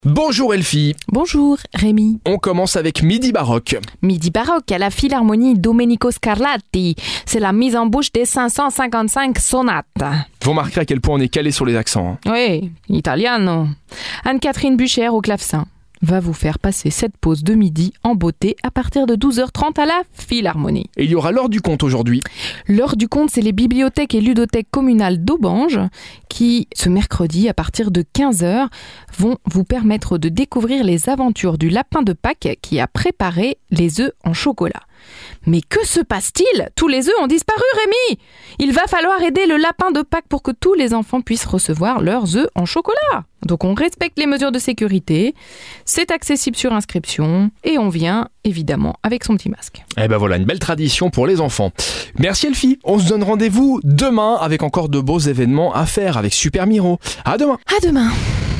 Bonjour Elfie. Bonjour Rémi. On commence avec Midi Baroque. Midi baroque à la Philharmonie Domenico Scarlatti. C'est la mise en bouche des 555 sonates. Vous remarquerez à quel point on est calé sur les accents. Oui, italiano. Anne-Catherine Bucher au clavecin va vous faire passer cette pause de midi en beauté à partir de 12h30 à la Philharmonie. Et il y aura l'heure du conte aujourd'hui. L'heure du conte, c'est les bibliothèques et ludothèques communales d'Aubange qui, ce mercredi, à partir de 15h, vont vous permettre de découvrir les aventures du lapin de Pâques qui a préparé les œufs en chocolat. Mais que se passe-t-il ? Tous les œufs ont disparu, Rémi ! Il va falloir aider le lapin de Pâques pour que tous les enfants puissent recevoir leurs œufs en chocolat. Donc on respecte les mesures de sécurité, c'est accessible sur inscription et on vient évidemment avec son petit masque. Eh ben voilà, une belle tradition pour les enfants. Merci Elfie. On se donne rendez-vous demain avec encore de beaux événements à faire avec Super Miro. À demain. À demain.